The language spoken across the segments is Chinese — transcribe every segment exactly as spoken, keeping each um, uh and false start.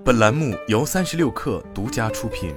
本栏目由三十六氪独家出品。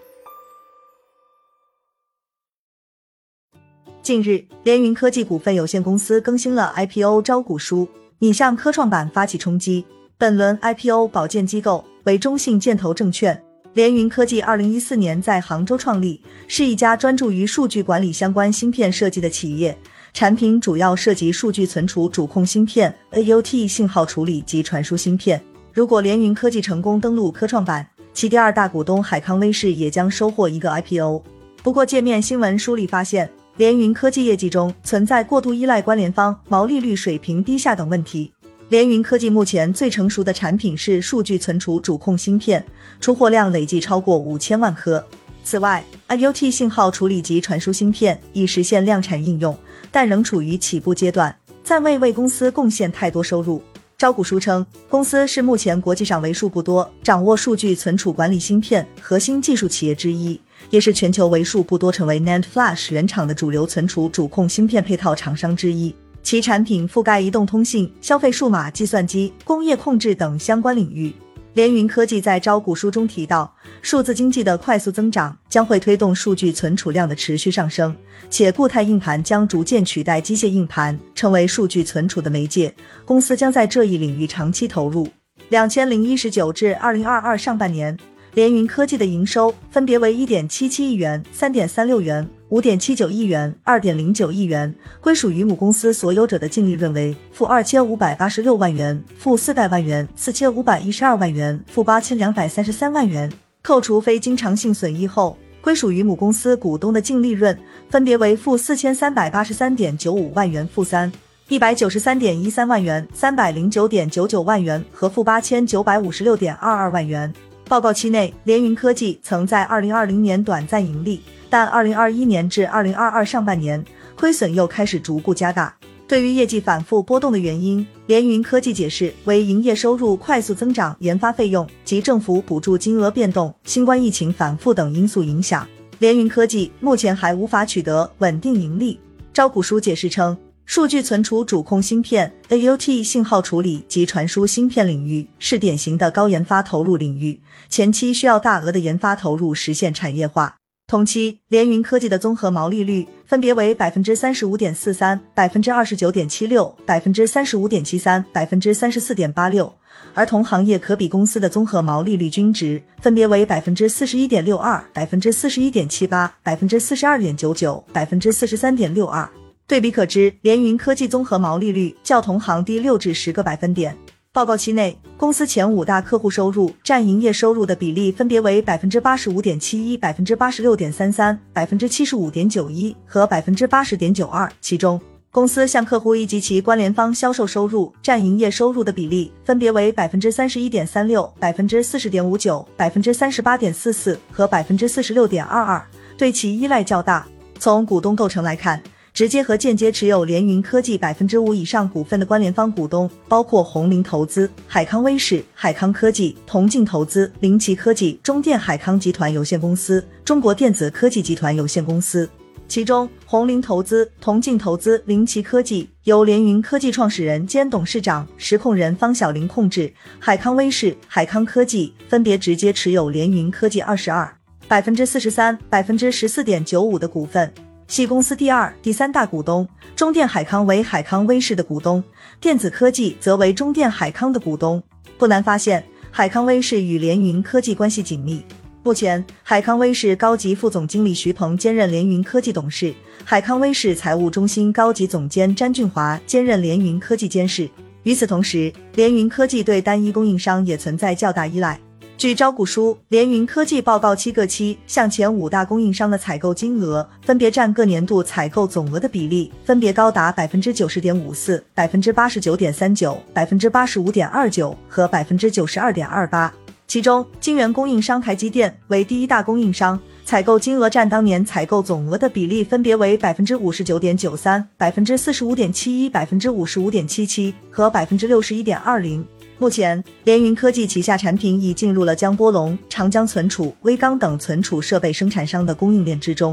近日，联云科技股份有限公司更新了 I P O 招股书，拟向科创板发起冲击。本轮 I P O 保荐机构为中信建投证券。联云科技二零一四年在杭州创立，是一家专注于数据管理相关芯片设计的企业，产品主要涉及数据存储主控芯片、A U T 信号处理及传输芯片。如果联云科技成功登陆科创板，其第二大股东海康威视也将收获一个 I P O。不过界面新闻梳理发现，联云科技业绩中存在过度依赖关联方、毛利率水平低下等问题。联云科技目前最成熟的产品是数据存储主控芯片，出货量累计超过五千万颗。此外 I O T 信号处理及传输芯片已实现量产应用，但仍处于起步阶段，暂未为公司贡献太多收入。招股书称，公司是目前国际上为数不多掌握数据存储管理芯片核心技术企业之一，也是全球为数不多成为 N A N D Flash 原厂的主流存储主控芯片配套厂商之一。其产品覆盖移动通信、消费数码、计算机、工业控制等相关领域。联云科技在招股书中提到，数字经济的快速增长将会推动数据存储量的持续上升，且固态硬盘将逐渐取代机械硬盘，成为数据存储的媒介。公司将在这一领域长期投入。二零一九至二零二二上半年，联云科技的营收分别为 一点七七亿元、三点三六元、五点七九亿元、二点零九亿元，归属于母公司所有者的净利润为负二千五百八十六万元、负四百万元、四千五百一十二万元、负八千两百三十三万元。扣除非经常性损益后，归属于母公司股东的净利润分别为负四千三百八十三点九五万元、负三一百九十三点一三万元、三百零九点九九万元和负八千九百五十六点二二万元。报告期内，联云科技曾在二零二零年短暂盈利，但二零二一年至二零二二上半年亏损又开始逐步加大。对于业绩反复波动的原因，联云科技解释为营业收入快速增长、研发费用及政府补助金额变动、新冠疫情反复等因素影响。联云科技目前还无法取得稳定盈利。招股书解释称，数据存储主控芯片 A U T 信号处理及传输芯片领域是典型的高研发投入领域，前期需要大额的研发投入实现产业化。同期，联云科技的综合毛利率分别为 百分之三十五点四三、百分之二十九点七六、百分之三十五点七三、百分之三十四点八六，而同行业可比公司的综合毛利率均值分别为 百分之四十一点六二、百分之四十一点七八、百分之四十二点九九、百分之四十三点六二。对比可知，联云科技综合毛利率较同行低六至十个百分点。报告期内，公司前五大客户收入占营业收入的比例分别为 百分之八十五点七一、百分之八十六点三三、百分之七十五点九一和 百分之八十点九二。其中，公司向客户一及其关联方销售收入占营业收入的比例分别为 百分之三十一点三六、百分之四十点五九、百分之三十八点四四和 百分之四十六点二二，对其依赖较大。从股东构成来看，直接和间接持有联云科技 百分之五 以上股份的关联方股东包括红菱投资、海康威视、海康科技、同劲投资、凌奇科技、中电海康集团有限公司、中国电子科技集团有限公司。其中，红菱投资、同劲投资、凌奇科技由联云科技创始人兼董事长、实控人方晓玲控制，海康威视、海康科技分别直接持有联云科技 二十二、百分之四十三、百分之十四点九五 的股份。系公司第二、第三大股东，中电海康为海康威视的股东，电子科技则为中电海康的股东。不难发现，海康威视与联云科技关系紧密。目前，海康威视高级副总经理徐鹏兼任联云科技董事，海康威视财务中心高级总监詹俊华兼任联云科技监事。与此同时，联云科技对单一供应商也存在较大依赖。据招股书，联云科技报告七个期向前五大供应商的采购金额分别占各年度采购总额的比例分别高达 百分之九十点五四、百分之八十九点三九、百分之八十五点二九和 百分之九十二点二八。其中，晶圆供应商台积电为第一大供应商，采购金额占当年采购总额的比例分别为 百分之五十九点九三、百分之四十五点七一、百分之五十五点七七和 百分之六十一点二零。目前，联云科技旗下产品已进入了江波龙、长江存储、威刚等存储设备生产商的供应链之中。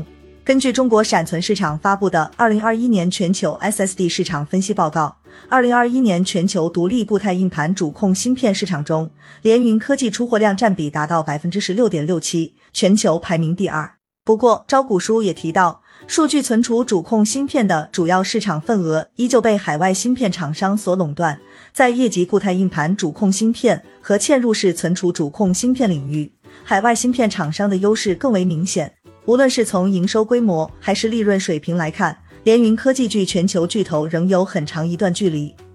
根据中国闪存市场发布的二零二一年全球 S S D 市场分析报告，二零二一年全球独立固态硬盘主控芯片市场中，联云科技出货量占比达到 百分之十六点六七， 全球排名第二。不过招股书也提到，数据存储主控芯片的主要市场份额依旧被海外芯片厂商所垄断，在液极固态硬盘主控芯片和嵌入式存储主控芯片领域，海外芯片厂商的优势更为明显。无论是从营收规模还是利润水平来看，联云科技距全球巨头仍有很长一段距离。